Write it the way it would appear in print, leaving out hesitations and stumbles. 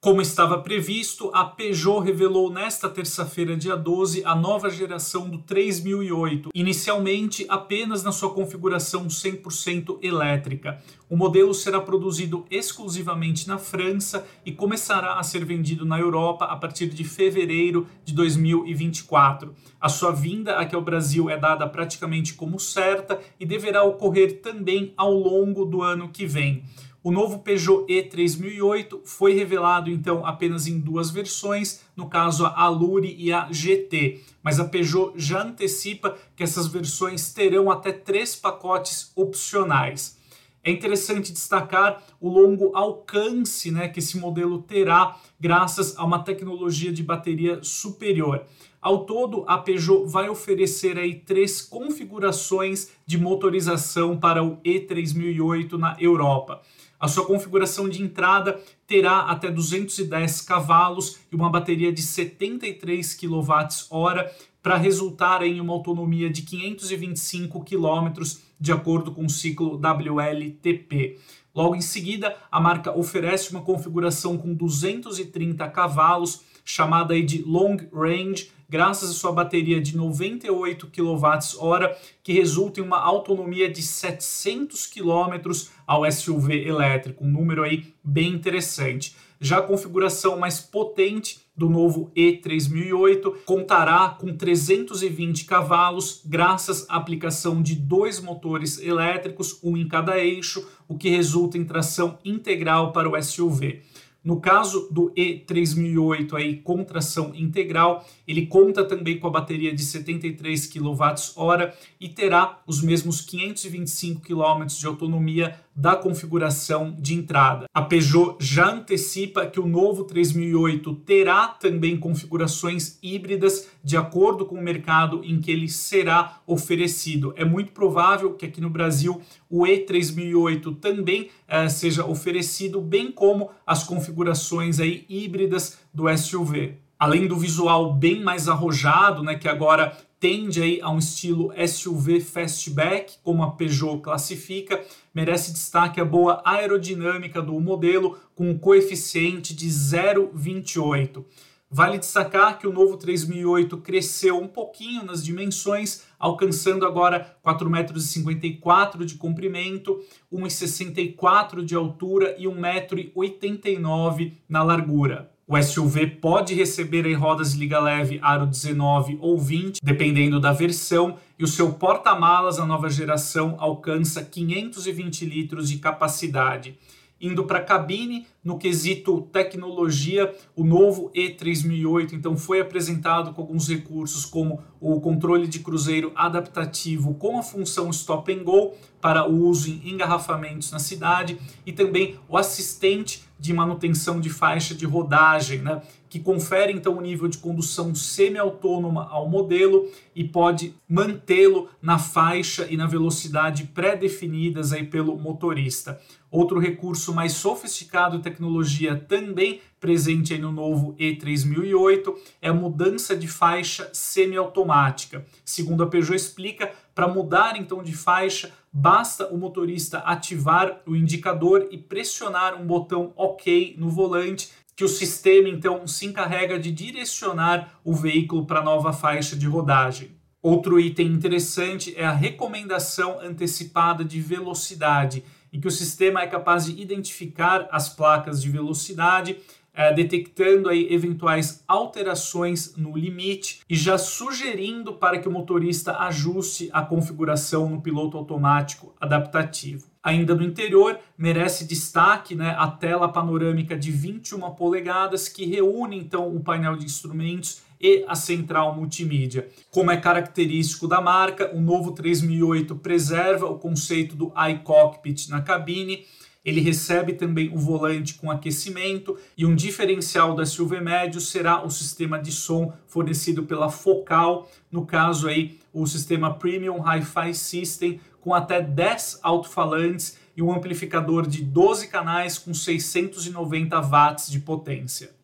Como estava previsto, a Peugeot revelou nesta terça-feira, dia 12, a nova geração do 3008, inicialmente apenas na sua configuração 100% elétrica. O modelo será produzido exclusivamente na França e começará a ser vendido na Europa a partir de fevereiro de 2024. A sua vinda aqui ao Brasil é dada praticamente como certa e deverá ocorrer também ao longo do ano que vem. O novo Peugeot e3008 foi revelado então apenas em duas versões, no caso a Allure e a GT, mas a Peugeot já antecipa que essas versões terão até 3 pacotes opcionais. É interessante destacar o longo alcance, que esse modelo terá graças a uma tecnologia de bateria superior. Ao todo, a Peugeot vai oferecer aí 3 configurações de motorização para o e3008 na Europa. A sua configuração de entrada terá até 210 cavalos e uma bateria de 73 kWh para resultar em uma autonomia de 525 km de acordo com o ciclo WLTP. Logo em seguida, a marca oferece uma configuração com 230 cavalos, chamada aí de Long Range, graças à sua bateria de 98 kWh, que resulta em uma autonomia de 700 km ao SUV elétrico, um número aí bem interessante. Já a configuração mais potente do novo e3008 contará com 320 cavalos, graças à aplicação de 2 motores elétricos, um em cada eixo, o que resulta em tração integral para o SUV. No caso do e3008 aí, com tração integral, ele conta também com a bateria de 73 kWh e terá os mesmos 525 km de autonomia da configuração de entrada. A Peugeot já antecipa que o novo 3008 terá também configurações híbridas de acordo com o mercado em que ele será oferecido. É muito provável que aqui no Brasil o e3008 também seja oferecido, bem como as configurações aí híbridas do SUV. Além do visual bem mais arrojado, que agora tende aí a um estilo SUV fastback, como a Peugeot classifica, merece destaque a boa aerodinâmica do modelo, com um coeficiente de 0,28. Vale destacar que o novo 3008 cresceu um pouquinho nas dimensões, alcançando agora 4,54 m de comprimento, 1,64 m de altura e 1,89 m na largura. O SUV pode receber rodas de liga leve aro 19 ou 20, dependendo da versão, e o seu porta-malas na nova geração alcança 520 litros de capacidade. Indo para a cabine, no quesito tecnologia, o novo e3008 então foi apresentado com alguns recursos como o controle de cruzeiro adaptativo com a função Stop and Go para o uso em engarrafamentos na cidade e também o assistente de manutenção de faixa de rodagem, que confere então o nível de condução semi-autônoma ao modelo e pode mantê-lo na faixa e na velocidade pré-definidas aí pelo motorista. Outro recurso mais sofisticado e tecnologia também presente aí no novo e3008 é a mudança de faixa semiautomática. Segundo a Peugeot explica, para mudar então de faixa, basta o motorista ativar o indicador e pressionar um botão OK no volante, que o sistema então se encarrega de direcionar o veículo para a nova faixa de rodagem. Outro item interessante é a recomendação antecipada de velocidade, em que o sistema é capaz de identificar as placas de velocidade, detectando aí eventuais alterações no limite e já sugerindo para que o motorista ajuste a configuração no piloto automático adaptativo. Ainda no interior, merece destaque a tela panorâmica de 21 polegadas que reúne então o painel de instrumentos e a central multimídia. Como é característico da marca, o novo 3008 preserva o conceito do iCockpit na cabine. Ele recebe também o volante com aquecimento e um diferencial da SUV médio será o sistema de som fornecido pela Focal, no caso aí o sistema Premium Hi-Fi System com até 10 alto-falantes e um amplificador de 12 canais com 690 watts de potência.